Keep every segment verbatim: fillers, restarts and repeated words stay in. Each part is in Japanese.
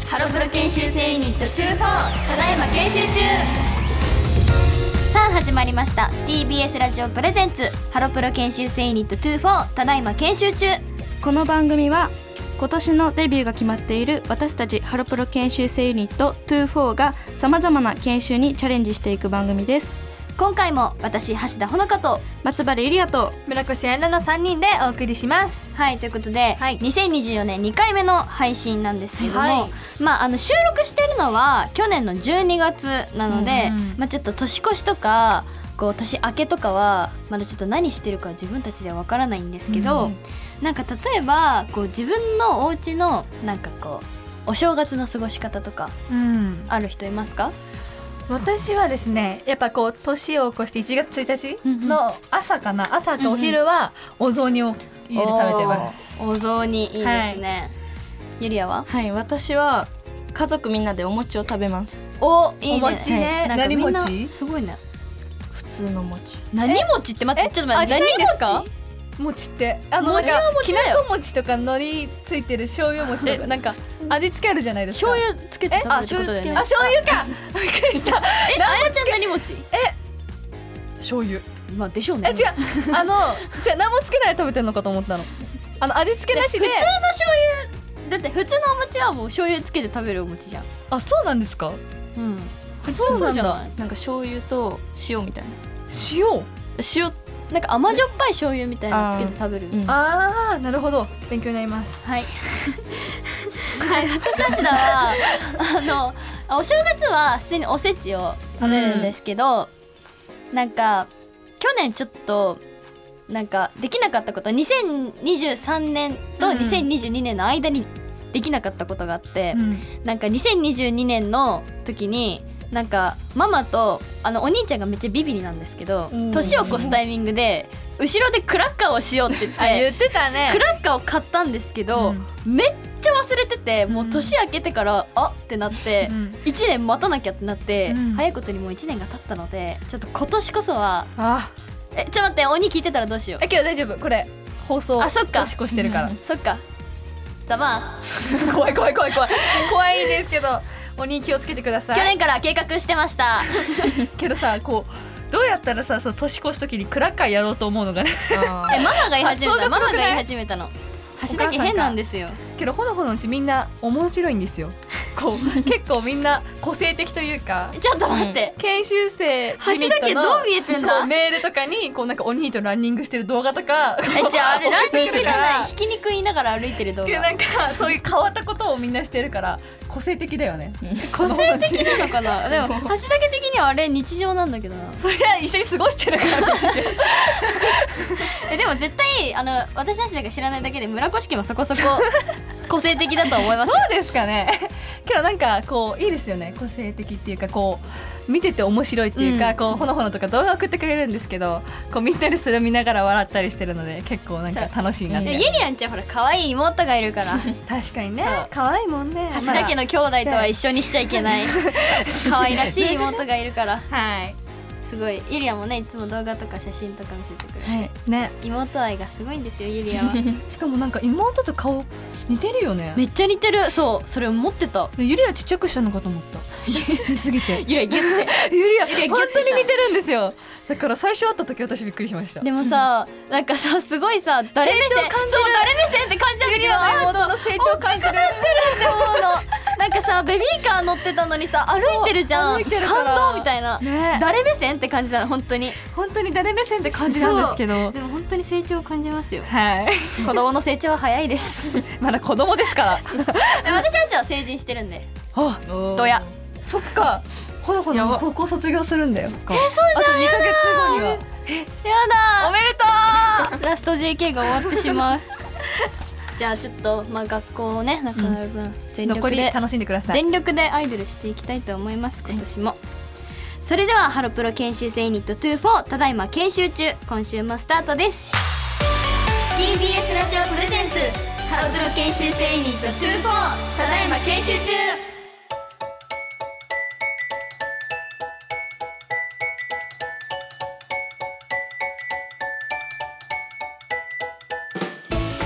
ハロプロ研修生ユニットにじゅうよん、ただいま研修中。さあ始まりました ティービーエス ラジオプレゼンツハロプロ研修生ユニットにじゅうよん、ただいま研修中。 この番組は今年のデビューが決まっている私たちハロプロ研修生ユニットにじゅうよんがさまざまな研修にチャレンジしていく番組です。 今回も私橋田ほのかと松原ゆりやと村越彩菜のさんにんでお送りします。 はいということで、はい、にせんにじゅうよねんにかいめの配信なんですけども、 はい、 まあ、あの収録してるのは去年のじゅうにがつなので、うんうん、まあ、ちょっと年越しとかこう年明けとかはまだちょっと何してるか自分たちではわからないんですけど、うん、なんか例えばこう自分のお家のなんかこうお正月の過ごし方とかある人いますか？ 私はですね、やっぱこう年を越していちがつついたちの朝かな、うんうん、朝かお昼はお雑煮を家で食べてます。 お雑煮いいですね、はい、ゆりやは？ はい、私は家族みんなでお餅を食べます。 お、いいね。 お餅ね、はい、何餅？ すごいね。 普通の餅。 何餅って待って、ちょっと待って、何ですか？餅ってあの餅は餅だよ。 きなこ餅とか海苔ついてる醤油餅とかなんか味付けあるじゃないですか。 醤油つけて食べるってことだよね。 あ、醤油か。びっくりした。 え、あやちゃん何餅？ え、醤油。 まあでしょうね。 え、違う。あのじゃあ何もつけないで食べてるのかと思ったの。あの味付けなしで。 普通の醤油だって普通のお餅はもう醤油つけて食べるお餅じゃん。 あ、そうなんですか？ うん。 そうなんだ。 なんか醤油と塩みたいな。 塩？ 塩なんか甘じょっぱい醤油みたいなのつけて食べる。 あー、うん、あーなるほど、勉強になります。 はいはい、私はしだはあのお正月は普通におせちを食べるんですけど、うん、なんか去年ちょっとなんかできなかったこと、にせんにじゅうさんねんとにせんにじゅうにねんの間にできなかったことがあって、うん、なんかにせんにじゅうにねんの時になんかママとあのお兄ちゃんがめっちゃビビリなんですけど、年を越すタイミングで後ろでクラッカーをしようって言って言ってたね。 クラッカーを買ったんですけど、うん、めっちゃ忘れてて、もう年明けてからあってなって、うん、いちねん待たなきゃってなって、うん、早いことにもういちねんが経ったのでちょっと今年こそはあえちょっと待って、鬼聞いてたらどうしよう。 えけど大丈夫、これ放送あそっか年越してるから、 うん、そっかざまあ怖い怖い怖い怖い怖いですけど鬼気をつけてください。 去年から計画してましたけどさ、こうどうやったらさ、その年越す時にクラッカーやろうと思うのかねえママが言い始めたママが言い始めたの。橋だけ変なんですよ。 けどほのほのうちみんな面白いんですよ。こう結構みんな個性的というかちょっと待って、 うん、研修生橋だけどう見えてんだ。 メールとかにこうなんかお兄とランニングしてる動画とかえじゃああれランニングじゃない、ひき肉言いながら歩いてる動画。 なんかそういう変わったことをみんなしてるから個性的だよね個性的なのかなでも橋だけ的にはあれ日常なんだけどな。 そりゃ一緒に過ごしてるから日常えでも絶対あの私たちだけ知らないだけで村越家もそこそこ個性的だと思いますよ。 そうですかねけどなんかこういいですよね、個性的っていうかこう見てて面白いっていうか、うん、こうほのほのとか動画送ってくれるんですけど、こうみんなでそれを見ながら笑ったりしてるので結構なんか楽しいなって。 ゆりやんちゃんほら可愛い妹がいるから確かにね、可愛いもんね。 橋田家の兄弟とは一緒にしちゃいけない可愛らしい妹がいるからはいすごい。ゆりやもねいつも動画とか写真とか見せてくれて、はいね、妹愛がすごいんですよゆりやはしかもなんか妹と顔似てるよね。 めっちゃ似てる。そうそれ思ってた。 ゆりやちっちゃくしたのかと思った似すぎてゆりやギュッてゆりや本当に似てるんですよ。だから最初会った時私びっくりしました。 でもさなんかさすごいさ誰目線成長感じる。 そう誰目線って感じる。ゆりやの妹の成長感じる。 大きくなってるって思うのなんかさベビーカー乗ってたのにさ歩いてるじゃん。感動みたいな、ね、誰目線って感じだ。本当に本当に誰目線って感じなんですけど、 でも本当に成長を感じますよ。 はい子供の成長は早いですまだ子供ですから私たちは成人してるんで。 あどやそっかほのほの高校卒業するんだよ。えー、そうじゃん。 あとにかげつごにはえやだおめでとうラスト ジェーケー が終わってしまうじゃあちょっと、まあ、学校をねなくなる分、うん、全力で楽しんでください。 全力でアイドルしていきたいと思います今年も。それではハロプロ研修生ユニットにじゅうよんただいま研修中、今週もスタートです。 ティービーエス ラジオプレゼンツハロプロ研修生ユニットにじゅうよんただいま研修中。ティー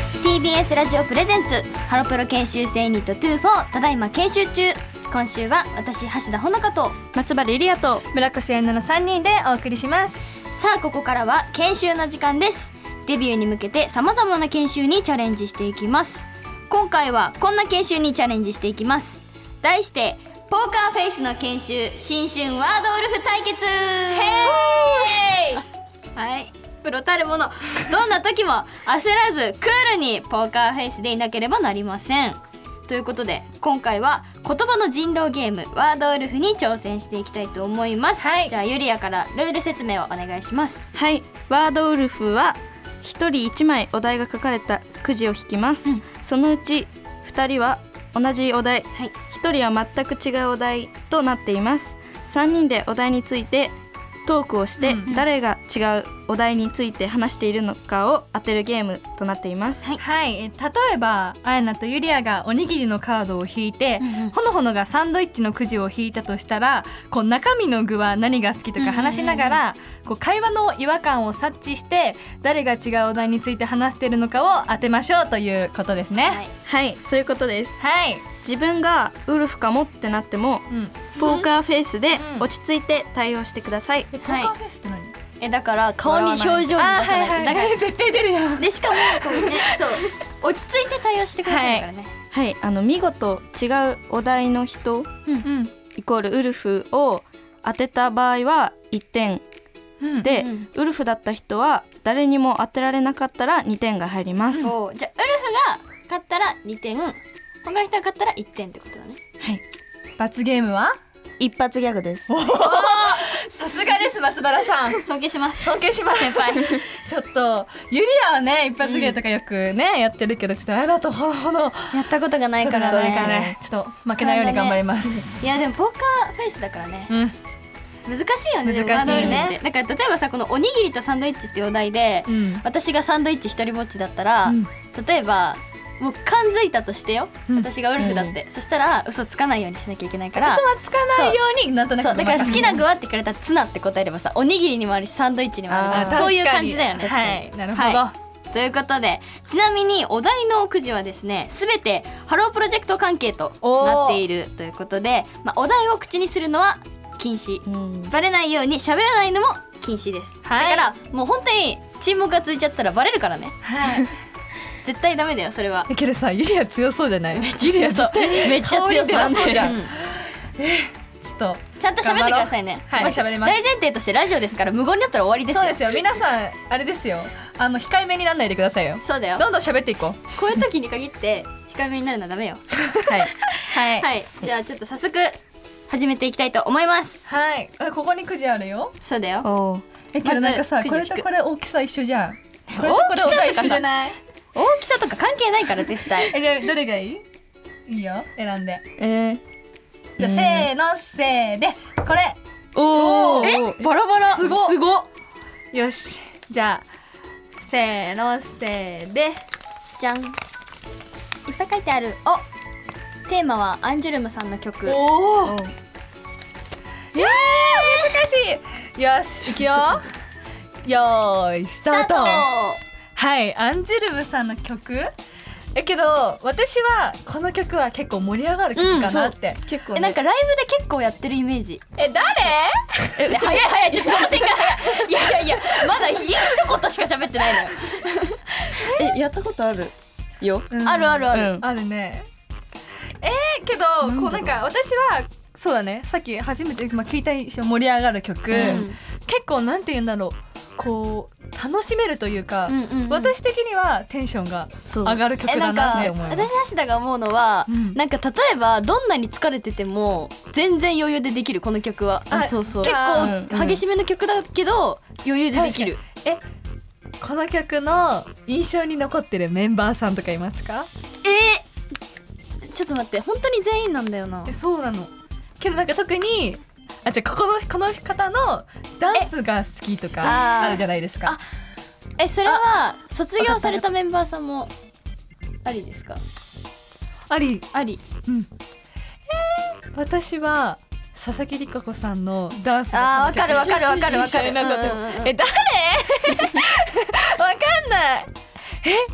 ービーエス ラジオプレゼンツハロプロ研修生ユニットにじゅうよんただいま研修中。今週は私橋田ほのかと松原リリアと村越彩菜のさんにんでお送りします。 さあここからは研修の時間です。デビューに向けて様々な研修にチャレンジしていきます。今回はこんな研修にチャレンジしていきます。題してポーカーフェイスの研修新春ワードウルフ対決。へーはい、プロたるものどんな時も焦らずクールにポーカーフェイスでいなければなりません。ということで今回は言葉の人狼ゲームワードウルフに挑戦していきたいと思います、はい、じゃあユリアからルール説明をお願いします。 はい、ワードウルフはひとりいちまいお題が書かれたくじを引きます、うん、そのうちふたりは同じお題、はい、ひとりは全く違うお題となっています。さんにんでお題についてトークをして、うんうん、誰が違うお題について話しているのかを当てるゲームとなっています。 はい、はい、例えばあやなとゆりあがおにぎりのカードを引いて、うんうん、ほのほのがサンドイッチのくじを引いたとしたら、こう中身の具は何が好きとか話しながら、うんうんうん、こう会話の違和感を察知して誰が違うお題について話しているのかを当てましょうということですね。 はい、はい、そういうことです。 はい、 自分がウルフかもってなっても、うん、ポーカーフェイスで落ち着いて対応してください。 うん、ポーカーフェイスって何？ えだから顔に表情に出さない、はいはい、 だから絶対出るよ。 でしかもこう、ね、そう落ち着いて対応してくださいからね。 はい、はい、あの見事違うお題の人、うん、イコールウルフを当てた場合はいってん、うん、で、うん、ウルフだった人は誰にも当てられなかったらにてんが入ります。 そうじゃあウルフが勝ったらにてん、他の人が勝ったらいってんってことだね。 はい。 罰ゲームは一発ギャグです。 さすがです松原さん。 尊敬します。 尊敬します先輩。ちょっとゆりあはね一発芸とかよくね、うん、やってるけどちょっとあれだとほのほのやったことがないからね。 ねちょっと負けないように頑張ります。 ね、いやでもポーカーフェイスだからね。うん、難しいよね。 難しいね。 だから例えばさこのおにぎりとサンドイッチっていうお題で、うん、私がサンドイッチ一人ぼっちだったら、うん、例えばもう感づいたとしてよ、うん、私がウルフだって、うん、そしたら嘘つかないようにしなきゃいけないから、 嘘はつかないようになんとなく。 そうだから好きな具はって聞かれたらツナって答えればさおにぎりにもあるしサンドイッチにもあるし、そういう感じだよね。 はい、なるほど、 はい、ということでちなみにお題のくじはですねすべてハロープロジェクト関係となっているということで、まあ、お題を口にするのは禁止、うん、バレないように喋らないのも禁止です、はい、だからもう本当に沈黙がついちゃったらバレるからね。はい絶対ダメだよそれは。 けどさゆりあ強そうじゃない？ めっちゃ強そうめっちゃ強そうじゃん、うん、えちょっとちゃんと喋ってくださいね。 はい、喋ります。 大前提としてラジオですから無言になったら終わりですよ。 そうですよ皆さんあれですよあの控えめにならないでくださいよ。 そうだよどんどん喋っていこう。 こういう時に限って控えめになるのはダメよ。 はいはい、 はい、じゃあちょっと早速始めていきたいと思います。 はい、ここにくじあるよ。 そうだよ。 おえけどなんかさこれとこれ大きさ一緒じゃん。これとこれ大きさ一緒じゃない？ 大きさとか関係ないから絶対。 えじゃあどれがいい？いいよ選んで。 えー、 じゃあせーのせーでこれ。 おお。 えバラバラ。 すごすご。 よしじゃあせーのせーでじゃん。いっぱい書いてある。おテーマはアンジュルムさんの曲。 おお。いやー難しい。よしいくよ。よーいスタート。はいアンジュルムさんの曲えけど私はこの曲は結構盛り上がる曲かなって、 うん、結構、ね、えなんかライブで結構やってるイメージ。 え誰え早い早いちょっとその展開早い。いやいやいやまだ一言しか喋ってないのよ。 えやったことあるよ、 うん、あるあるある、 うん、あるね。えー、けどこうなんか私はそうだねさっき初めて、まあ、聞いた一緒盛り上がる曲、うん、結構なんて言うんだろうこう楽しめるというか、うんうんうん、私的にはテンションが上がる曲だなって思います。 私橋田が思うのは、うん、なんか例えばどんなに疲れてても全然余裕でできるこの曲は。 あそうそう結構激しめの曲だけど、うん、余裕でできる。 えこの曲の印象に残ってるメンバーさんとかいますか？ えー、ちょっと待って本当に全員なんだよな。 えそうなのけどなんか特にあじゃあここのこの方のダンスが好きとかあるじゃないですか。 えそれは卒業されたメンバーさんもありですか？ ありあり、 うんえー、私は佐々木里香子さんのダンスがあーわかるわかるわかるわかる。 え誰わかんない。え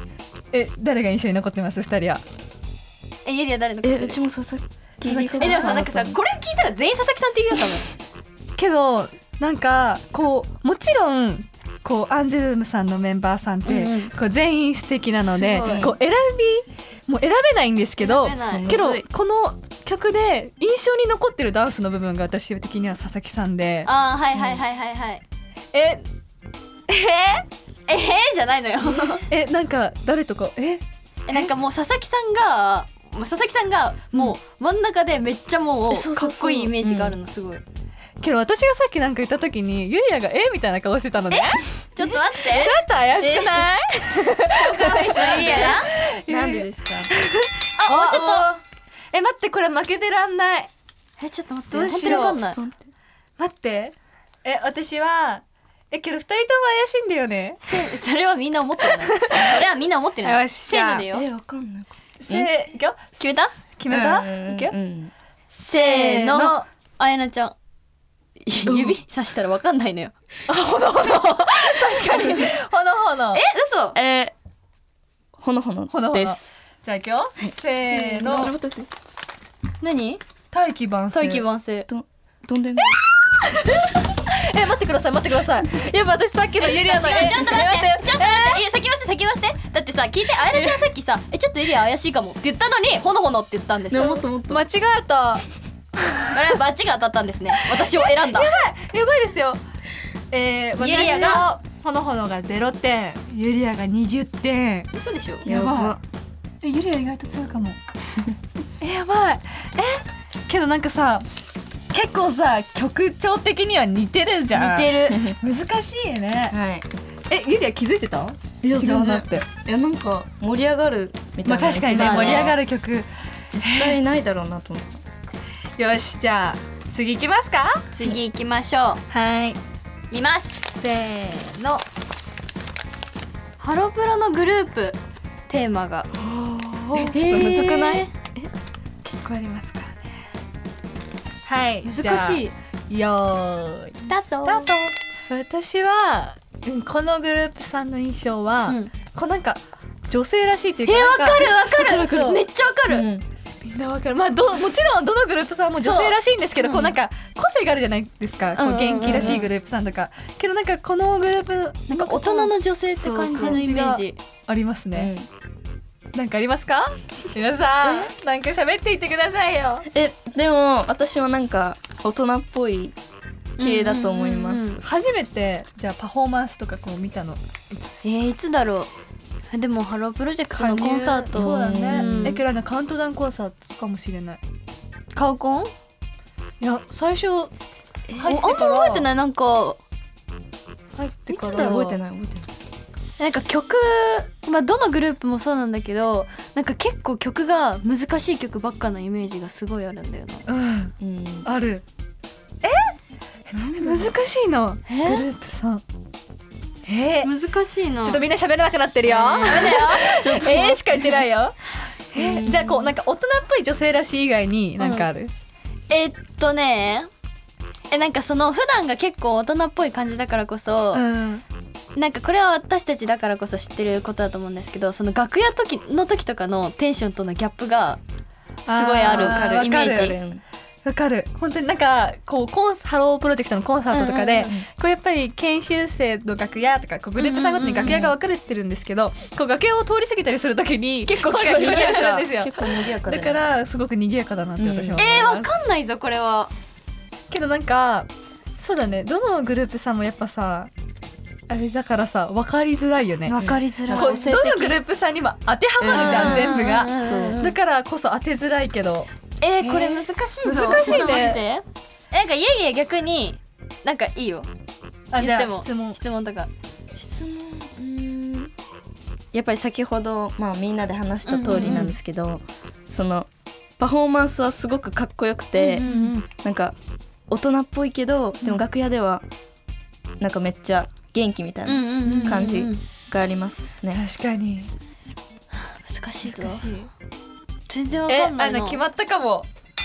え誰が印象に残ってますふたりは？ えゆりは誰のことえうちも佐々木えでもさなんかさこれ聞いたら全員佐々木さんって言うよ多分けどなんかこうもちろんこうアンジュルムさんのメンバーさんって、うんうん、こう全員素敵なのでこう選びもう選べないんですけどけどこの曲で印象に残ってるダンスの部分が私的には佐々木さんであーはいはいはいはいはい、 うん、ええー、えー、じゃないのよえなんか誰とかええなんかもう佐々木さんが佐々木さんがもう真ん中でめっちゃもうかっこいいイメージがあるのすごい、うんけど私がさっきなんか言った時にユリアがえみたいな顔してたのでちょっと待ってちょっと怪しくないユリアがなんでですかあもうちょっとえ待ってこれ負けてらんないえちょっと待ってどうしよう本当に分かんない待ってえ私はえけどふたりとも怪しいんだよねそれはみんな思ってるのそれはみんな思ってるのよしせーのでよえわかんないせーいくよ決めた決めた、 うん、 いくよ、 うん、 せーのあやなちゃん指さしたらわかんないのよあほのほの確かにほのほのえ嘘えー、ほのほのほのほのですじゃあいくよ、はい、せーの何大器晩成大器晩成どどんでんえ待ってください待ってくださいやっぱ私さっきのユリアのちょっと待ってちょっと待っていや先回して先回してだってさ聞いてあやなちゃんさっきさえちょっとユリア怪しいかもって言ったのにほのほのって言ったんですよもっともっと間違えたこれはバッチが当たったんですね私を選んだやばいやばいですよえー、 ユリアがほのほのがゼロてんユリアがにじゅってん嘘でしょやばいえユリア意外と強いかもえやばいえけどなんかさ結構さ曲調的には似てるじゃん似てる難しいねはいえユリア気づいてたいや違うなっていやなんか盛り上がるみたいな、 まあ、確かにね、まあ、ね盛り上がる曲絶対ないだろうなと思ったよしじゃあ次行きますか次行きましょうはい見ますせーのハロプロのグループテーマがちょっとむずくない、えー、結構ありますからねはい難しいよーいスタートスタート私は、うん、このグループさんの印象は、うん、こうなんか女性らしいっていうかえー、わかるわかるめっちゃわかる、うんみんなわかる、まあ、どもちろんどのグループさんも女性らしいんですけど、うん、こうなんか個性があるじゃないですか、こう元気らしいグループさんとか、けどなんかこのグループなんか大人の女性って感じのイメージありますね、うん、なんかありますか皆さんなんか喋っていってくださいよえでも私はなんか大人っぽい系だと思います、うんうんうんうん、 初めてじゃあパフォーマンスとかこう見たのえー、いつだろうでもハロープロジェクトのコンサートそうだね、うん、えけどカウントダウンコンサートかもしれないカウコンいや最初入ってからあんま覚えてないなんか入ってから覚えてない覚えてないなんか曲、まあ、どのグループもそうなんだけどなんか結構曲が難しい曲ばっかのイメージがすごいあるんだよな、 うん、うん、あるえ難しいのグループさんえー、 難しいなちょっとみんな喋れなくなってるよ、えー、ダメだよちょっとえーしか言ってないよえー、じゃあこうなんか大人っぽい女性らしい以外に何かある、うん、 えー、っとねえなんかその普段が結構大人っぽい感じだからこそ、うん、なんかこれは私たちだからこそ知ってることだと思うんですけどその楽屋時の時とかのテンションとのギャップがすごいあるイメージわかる本当になんかこうコンハロープロジェクトのコンサートとかで、うんうんうん、こうやっぱり研修生の楽屋とかこうグループさんごとに楽屋が分かれてるんですけど、うんうんうん、こう楽屋を通り過ぎたりするときに結構声が賑やかなんですよ結構賑やかだ、ね、 だからすごく賑やかだなって私は思います、 うん、えー、わかんないぞこれはけどなんかそうだねどのグループさんもやっぱさあれだからさ分かりづらいよね分かりづらいこうどのグループさんにも当てはまるじゃん全部がだからこそ当てづらいけどえー、これ難しいぞ難しいねえなんかいえいえ逆になんかいいよあじゃあ質問質問とか質問うーんやっぱり先ほど、まあ、みんなで話した通りなんですけど、うんうんうん、そのパフォーマンスはすごくかっこよくて、うんうんうん、なんか大人っぽいけどでも楽屋ではなんかめっちゃ元気みたいな感じがありますね、うんうんうんうん、 確かに難しいぞ難しい全然わかんないな。え、あの決まったかも。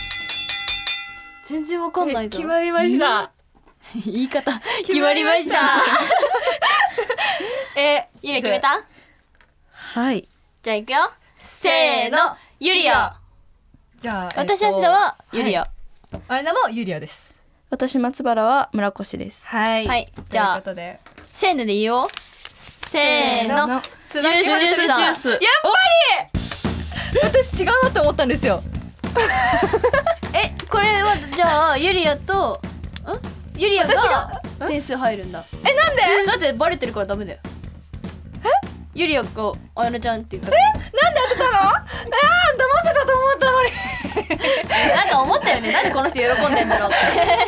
全然わかんないぞ。 決まりました。 言い方決まりました。 え、 ゆり決めた？ はい。 じゃあいくよ。せーの、ユリア。 じゃあ私芦田はユリア。 あやなもユリアです。 私松原は村越です。 はいはい、じゃあということでせーので言おう。せーの、ジュースジュースだ。 やっぱり私違うなって思ったんですよ。 え、これはじゃあユリアとんユリア私がが点数入るんだ。 え、なんでだってバレてるからダメだよ。え、ユリアがあやなちゃんって言ったかなんで当てたの？あー、騙せたと思ったのに。 らなんか思ったよね。なんでこの人喜んでんだろうって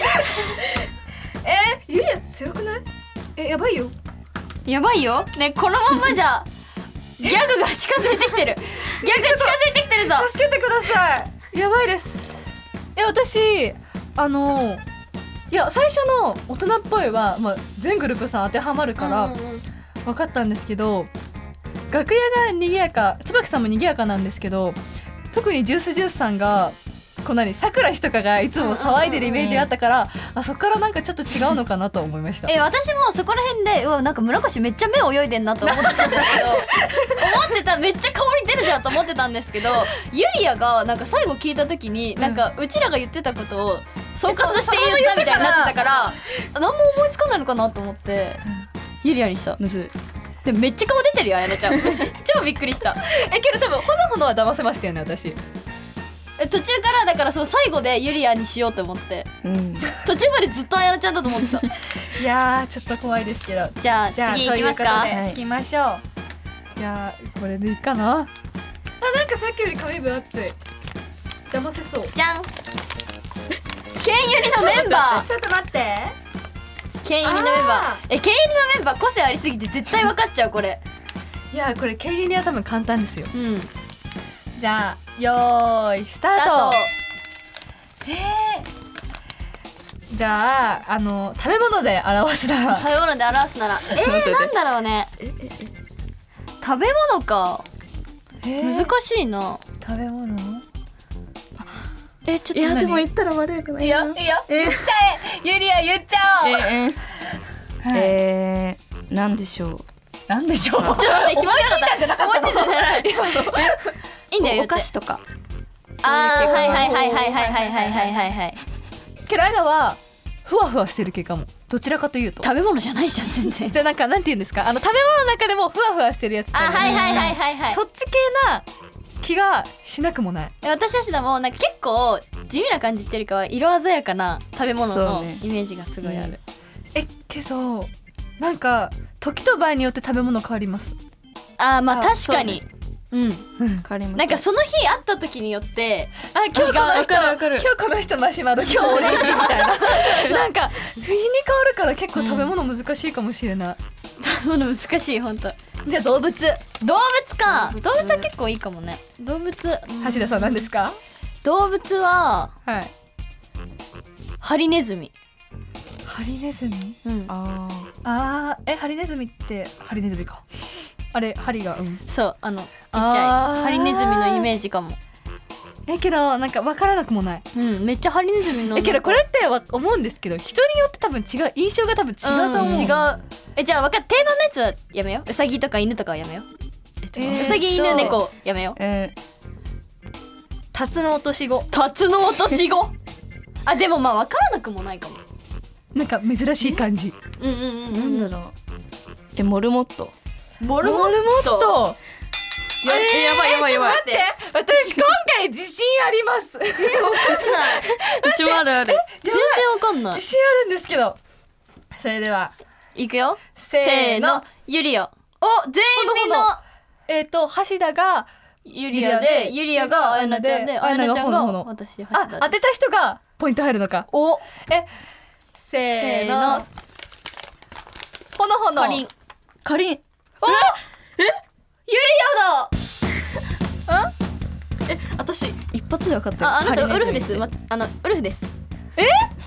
え、ユリア強くない？え、やばいよ。 やばいよね。このまんまじゃギャグが近づいてきてる。ギャグが近づいてきてるぞ。 助けてください。やばいです。え、私あのいや最初の大人っぽいは、まあ、全グループさん当てはまるからうんうんうん分かったんですけど、楽屋が賑やか、椿さんも賑やかなんですけど、特にジュースジュースさんがこう何さくらしとかがいつも騒いでるイメージがあったから、あそこからなんかちょっと違うのかなと思いました。 え、私もそこら辺でうわ、なんか村越めっちゃ目泳いでんなと思ってたんですけど思ってた、めっちゃ香り出るじゃんと思ってたんですけど、ユリアがなんか最後聞いた時に、うん、なんかうちらが言ってたことを総括して言ったみたいになってたから何も思いつかないのかなと思って、うん、ユリアにした。 むずい。 でもめっちゃ顔出てるよあやなちゃん超びっくりした。 え、けど多分ほのほのは騙せましたよね私。 え、途中からだからそう最後でユリアにしようと思って、 うん、 途中までずっとあやなちゃんだと思ってたいやーちょっと怖いですけど、 じゃあ次行きますか。 はい、行きましょう。じゃあこれでいいかな。あ、なんかさっきより髪分厚い。騙せそう。 じゃんケンユニのメンバー。 ちょっと待って、 ケンユニのメンバー。え、ケンユニのメンバー個性ありすぎて絶対分かっちゃうこれ。 いやこれケンユニは多分簡単ですよ。 うん。 じゃあよーいスタート。 スタート。 えー、じゃああの食べ物で表すなら食べ物で表すならえー、なんだろうね。食べ物か、 えー、 難しいな。 食べ物。 え、ちょっといやでも言っったら悪くない。 いいよいいよ、 えー、 言っちゃえユリア、言っちゃおう。 えー、えーはい、 えー、なんでしょう。 なんでしょう。 ちょっと待って、決まってなかった。 じゃなかったの。 思いついてないいいんだよ、 お菓子とか。 あー、はいはいはいはいはいはいはいはいはいはい。 けどあれはふわふわしてる系かも。どちらかというと食べ物じゃないじゃん全然。 じゃあなんかなんて言うんですか、あの食べ物の中でもふわふわしてるやつって、 あ、はいはいはいはいはい。 そっち系な気がしなくもない。 私たちでもなんか結構地味な感じっていうよりかは色鮮やかな食べ物のそうねイメージがすごいある。 え、けどなんか時と場合によって食べ物変わります。 あー、まああ確かにう、ね、うんわかります。 なんかその日会った時によってあ、今日このわ人かるわかる今日この人マシュマロ、今日オレンジみたいななんか日に変わるから結構食べ物難しいかもしれない。 食べ物難しいほんと。 じゃあ動物。 動物か。 動物動物は結構いいかもね。動物、 橋田さん何ですか。 動物ははい。 ハリネズミ。 ハリネズミ。 うんああー、え、ハリネズミってハリネズミか。あれ針が、うん。 そう、あのちっちあーゃいハリネズミのイメージかも。 え、けどなんか分からなくもない。 うん、めっちゃハリネズミの。 え、けどこれってわ思うんですけど、人によって多分違う、印象が多分違うと思う。 うん、違う。え、じゃあわかっ定番のやつはやめよう。うさぎとか犬とかはやめよう。 えーっとうさぎ、犬、猫やめよう。 ーえタツノオトシゴ。 タツノオトシゴあ、でもまあ分からなくもないかも。 なんか珍しい感じ。 うんうんうんー、 うなんんだろう。え、モルモット。 モルモッモルモット。 ト。 やえやばいやばいやばい。 待って、私今回自信あります。 分かんない。 うちもあるある。 全然分かんない。 自信あるんですけど。それではいくよ。 せーの。 ユリア。お、全員みんほのほなえっと橋田がユリアで、ユリアがあやなちゃんで、あやなちゃんがほのほの私、橋あ、 田当てた人がポイント入るのか。 お、 え、せーせーのの。ほのほの。 かりん。 かりん。 お、ユリアだ。 え、私一発で分かったよ。 あ、あなたハリネズミウルフです。ま、あのウルフです。 え、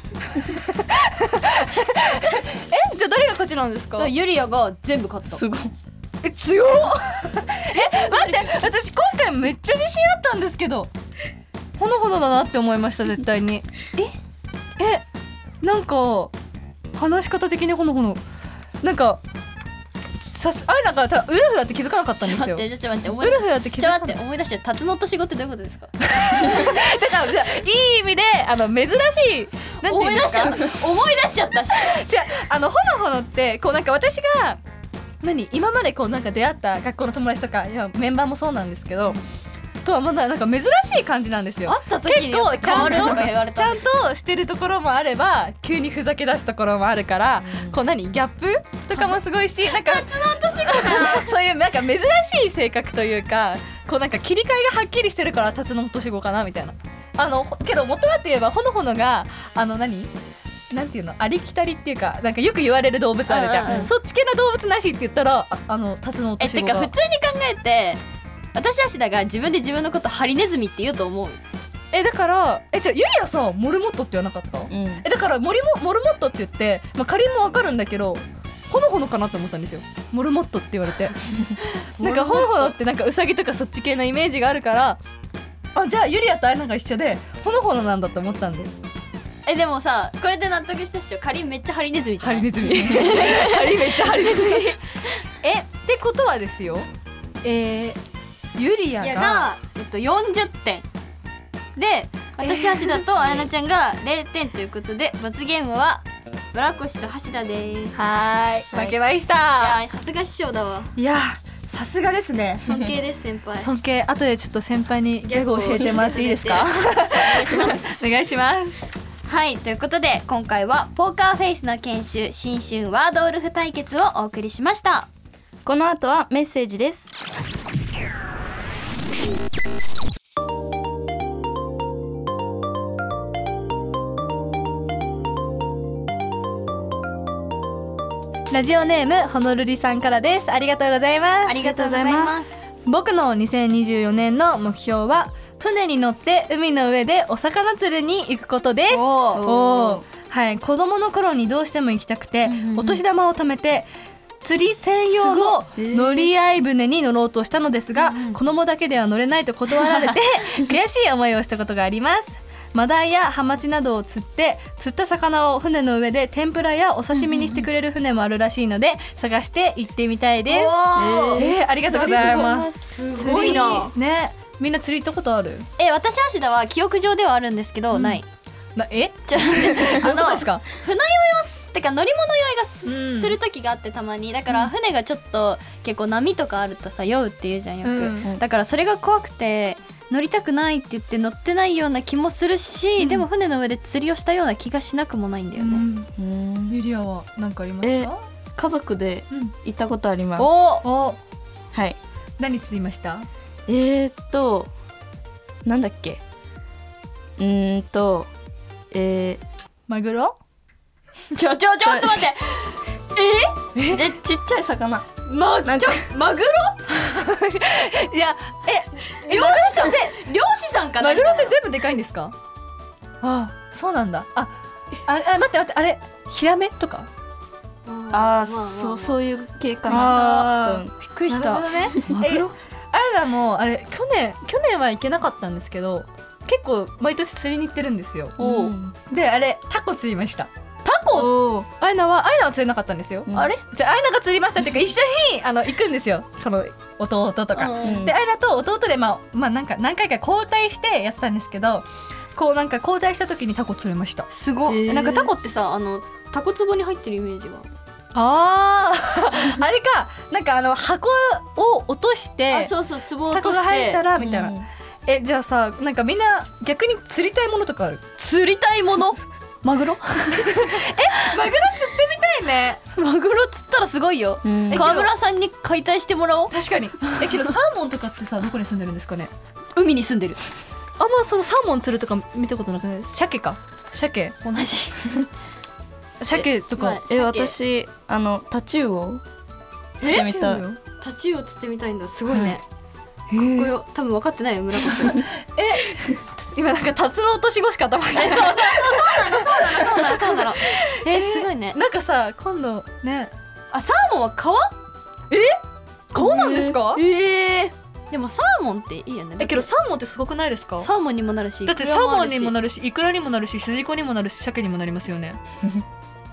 じゃあ誰が勝ちなんですか。 ユリアが全部勝った。 すごい。 え、強っえ、待って、私今回めっちゃ自信あったんですけど、ほのほのだなって思いました絶対に。ええ、なんか話し方的にほのほの、なんかさすあれなんか多分ウルフだって気づかなかったんですよ。 ちょっと待ってちょっと待って思いウルフだって気づちょかなかったっと待って思い出してタツノオトシゴってどういうことですか？ だからじゃあいい意味であの珍しいなんて思いうんですかい出しちゃった思い出しちゃったしじゃああのほのほのってこうなんか私が何今までこうなんか出会った学校の友達とかいやメンバーもそうなんですけど、とはまだなんか珍しい感じなんですよ。 会った時によって変わるとか言われちたゃんとしてるところもあれば急にふざけ出すところもあるから、うん、こう何ギャップとかもすごいしなんかそういうなんか珍しい性格というかこうなんか切り替えがはっきりしてるからタツノオトシゴかなみたいな。あのけど元はといえばほのほのがあの何なんていうのありきたりっていうかなんかよく言われる動物あるじゃん、うんうん、そっち系の動物なしって言ったら あ, あのタツノオトシゴがえてか普通に考えて私芦田が自分で自分のことハリネズミって言うと思う。 えだからえじゃあゆりやさモルモットって言わなかった、うん、えだからモリモモルモットって言って、まあ、仮もわかるんだけどほのほのかなと思ったんですよ。モルモットって言われてなんかほのほのってなんかウサギとかそっち系のイメージがあるからあじゃあゆりやとあれなんか一緒でほのほのなんだと思ったんで。 えでもさこれで納得したっしょ。カリンめっちゃハリネズミじゃない？ ハリネズミカリンめっちゃハリネズミえってことはですよえー、ゆりやがが、えっと、よんじゅってんで私橋田とあやなちゃんがれいてんということで罰ゲームはブラコシと橋田です。 はーい負けました。 いやさすが師匠だわ。 いやさすがですね。 尊敬です先輩。 尊敬。後でちょっと先輩にギャグ教えてもらっていいですか？ お願いしますお願いします。 はいということで今回はポーカーフェイスの研修新春ワードウルフ対決をお送りしました。 この後はメッセージです。 ラジオネームホノルリさんからです。ありがとうございます。 ありがとうございます。 僕のにせんにじゅうよねんの目標は船に乗って海の上でお魚釣りに行くことです。おお、はい、子供の頃にどうしても行きたくて、うんうん、お年玉を貯めて釣り専用の乗り合い船に乗ろうとしたのですが、子供だけでは乗れないと断られて悔しい思いをしたことがあります。マダイやハマチなどを釣って釣った魚を船の上で天ぷらやお刺身にしてくれる船もあるらしいので探して行ってみたいです。えー、ありがとうございます。 すごいなね。みんな釣り行ったことある？ え私芦田は記憶上ではあるんですけど、うん、ないなえじゃあのですか船酔いをてか乗り物酔いが す,、うん、する時があってたまにだから船がちょっと結構波とかあるとさ酔うっていうじゃんよく、うん、だからそれが怖くて乗りたくないって言って乗ってないような気もするし、うん、でも船の上で釣りをしたような気がしなくもないんだよね、 うん、ゆりやは何かありますか？ え家族で行ったことあります、 うん、おおはい何釣りました？ えーっとなんだっけうーんとえー、 マグロ？ ちょちょちょっと待ってええちっちゃい魚まちょマグロいやえ漁師さん漁師さんかな。 マグロって全部でかいんですか？あそうなんだ。ああれあ待って待ってあれヒラメとかあー、まあ、そうそういう系かな。 びっくりした。 ね、 マグロあれだもうあれ去年去年は行けなかったんですけど結構毎年釣りに行ってるんですよ、うん、であれタコ釣りました。 タコアイナはアイナは釣れなかったんですよ、うん、あれじゃあアイナが釣りましたっていうか一緒にあの行くんですよこの弟とか、うん、でアイナと弟で、まあ、まあなんか何回か交代してやってたんですけどこうなんか交代した時にタコ釣れました。 すごい、えー、なんかタコってさあのタコ壺に入ってるイメージがあーあれかなんかあの箱を落としてあそうそう壺を落としてタコが入ったらみたいな、うん、えじゃあさなんかみんな逆に釣りたいものとかある？ 釣りたいものマグロえマグロ釣ってみたいね。 マグロ釣ったらすごいよ。川村さんに解体してもらおう。 確かにえけどサーモンとかってさどこに住んでるんですかね？ 海に住んでる。 あんまそのサーモン釣るとか見たことなくない？鮭か鮭同じ鮭とかえ私あのタチウオ釣ってみたい。 タチウオ釣ってみたいんだ。すごいね、はい、かっこよ。多分分かってないよ村越え今なんかタツノオトシゴしか頭にない。 そうそうそうそうなのそうなのそうなのそうなのえー、すごいね。 なんかさ今度ねあサーモンは皮？ え皮なんですか？ えー、えー、でもサーモンっていいよね。 だけどサーモンってすごくないですか？ サーモンにもなるしだってサーモンにもなるしイクラにもなるしスジコにもなるし鮭にもなりますよね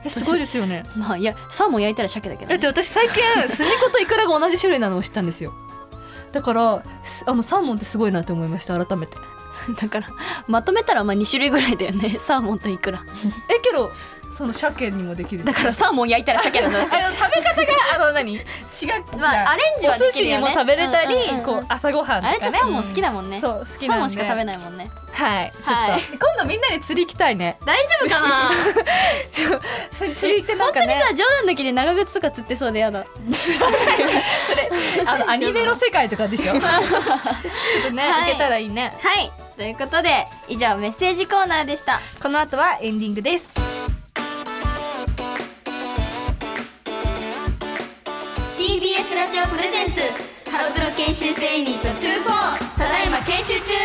すごいですよね。 まあいやサーモン焼いたら鮭だけど、ね、 だって私最近筋子とイクラが同じ種類なのを知ったんですよ。だからあのサーモンってすごいなと思いました、改めて。 だからまとめたらまあに種類ぐらいだよね、サーモンとイクラ。 えけどその鮭にもできる。 だからサーモン焼いたら鮭なんだ。 あの食べ方があの何違う、 まあアレンジはできるよね。 お寿司にも食べれたり、 うんうんうん、 こう朝ごはんとかね。 あれってサーモン好きだもんね。 そう好きなんで。 サーモンしか食べないもんね。 はい、ちょっと、 はい、 今度みんなで釣り行きたいね。 大丈夫かな。 釣りってなんかね、 本当にさ冗談だけで長靴とか釣ってそうでやだ。 それあのアニメの世界とかでしょ。ちょっとね、 はい、 行けたらいいね。 はい、ということで以上メッセージコーナーでした。 この後はエンディングです。 ティービーエス ラジオプレゼンツハロプロ研修生ユニットにじゅうよん、ただいま研修中。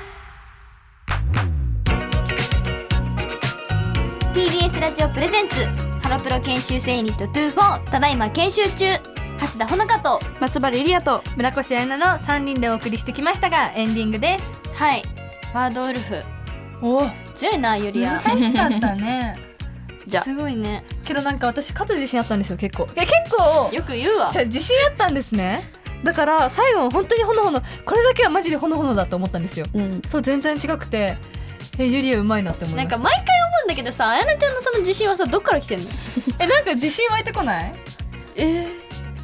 ティービーエス ラジオプレゼンツハロプロ研修生ユニットにじゅうよん、ただいま研修中。橋田ほのかと松原リリアと村越彩菜のさんにんでお送りしてきましたが、エンディングです。 はい、ワードウルフお強いな、ユリア。 難しかったね。 じゃすごいね。 けどなんか私勝つ自信あったんですよ、結構。いや結構よく言うわ。 じゃ自信あったんですね。だから最後本当にほのほの、これだけはマジでほのほのだと思ったんですよ。 うん、 そう全然違くて、えユリアうまいなって思いました。 なんか毎回思うんだけどさ、あやなちゃんのその自信はさどっから来てんの？ えなんか自信湧いてこない？ えー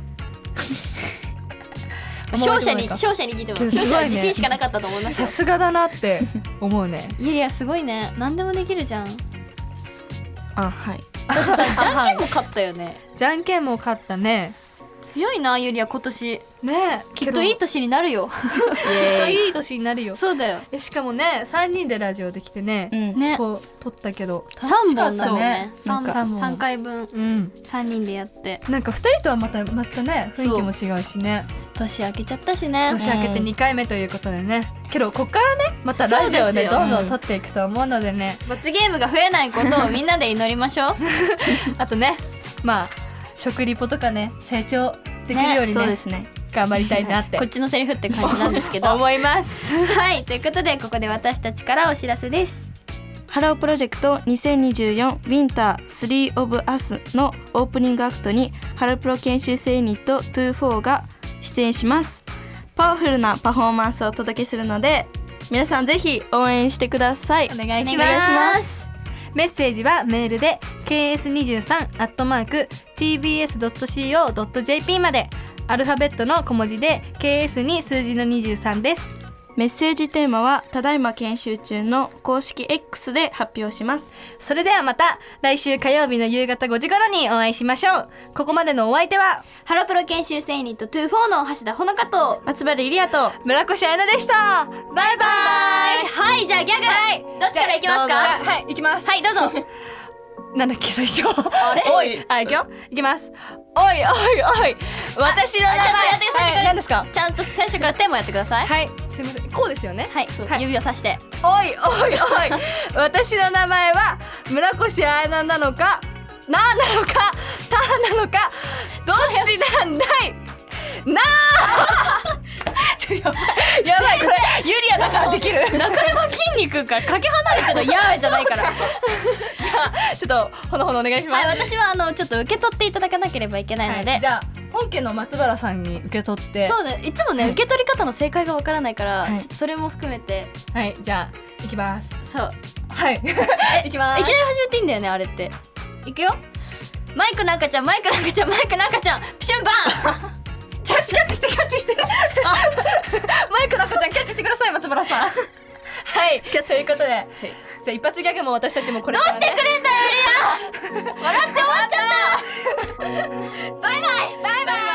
勝者に勝者に聞いてもけどすごいね、 勝者は自信しかなかったと思いますよ。 さすがだなって思うね。 ユリアすごいね、何でもできるじゃん。 あはいだってさじゃんけんも勝ったよね。 じゃんけんも勝ったね。 強いなユリア、今年ねきっといい年になるよ。 きっといい年になるよ。 そうだよ。 えしかもねさんにんでラジオできてね、 うんね、 こう撮ったけどさんぼんだね。 なんかさんかいぶんうんさんにんでやって、 なんかふたりとはまたまたね雰囲気も違うしね。 年明けちゃったしね。 年明けてにかいめということでね、けどこっからねまたラジオでどんどん撮っていくと思うのでね、 罰ゲームが増えないことをみんなで祈りましょう。 あとねまあ食リポとかね成長できるようにね、 そうですね、 頑張りたいなってこっちのセリフって感じなんですけど思います。 はい、ということでここで私たちからお知らせです。 ハロープロジェクトにせんにじゅうよんウィンタースリーオブアスのオープニングアクトにハロプロ研修生ユニットにじゅうよんが出演します。パワフルなパフォーマンスをお届けするので皆さんぜひ応援してください。 お願いしお願いしま。 ますす。 メッセージはメールで ケーエスにじゅうさん アットマーク ティービーエス ドット シーオー ドット ジェーピー まで。アルファベットの小文字で ケーエス に数字のにじゅうさんです。 メッセージテーマはただいま研修中の公式 X で発表します。 それではまた来週火曜日の夕方ごじ頃にお会いしましょう。ここまでのお相手はハロプロ研修生ユニットにじゅうよんの橋田ほのかと松原リリアと村越彩菜でした。バイバイ。 はい、じゃあギャグ、はい、どっちからいきますか？ はい行きます。 はい、どうぞ。 なんだっけ最初あれおい、はい、いくよいきます。おいおいおい私の名前、 ちょっとやってください。 はい、何ですか？ ちゃんと最初からテーマやってください。 はい、すみません、こうですよね。 はい、そう、 はい、 指をさしておいおいおい私の名前は村越彩菜なのかなんなのかたーなのかどっちなんだいなーちょやばいやばいこれユリアだからできる中山筋肉からかけ離れてのやーじゃないからちょっとほのほのお願いします。 はい、私はあのちょっと受け取っていただかなければいけないので、 はい、じゃあ本家の松原さんに受け取ってそうね、いつもね、受け取り方の正解がわからないから、 はいちょっとそれも含めて、 はいじゃあいきます。 そうはいいきます。 いきなり始めていいんだよね、あれって。いくよ。マイクの赤ちゃん、マイクの赤ちゃん、マイクの赤ちゃん、プシュンバンキャッチキャッチしてキャッチしてマイクの赤ちゃんキャッチしてください松原さんはいということで、はい、じゃあ一発ギャグも私たちもこれから、ね、 どうしてくれんだよユリア笑って終わっちゃったバイバイバイバイ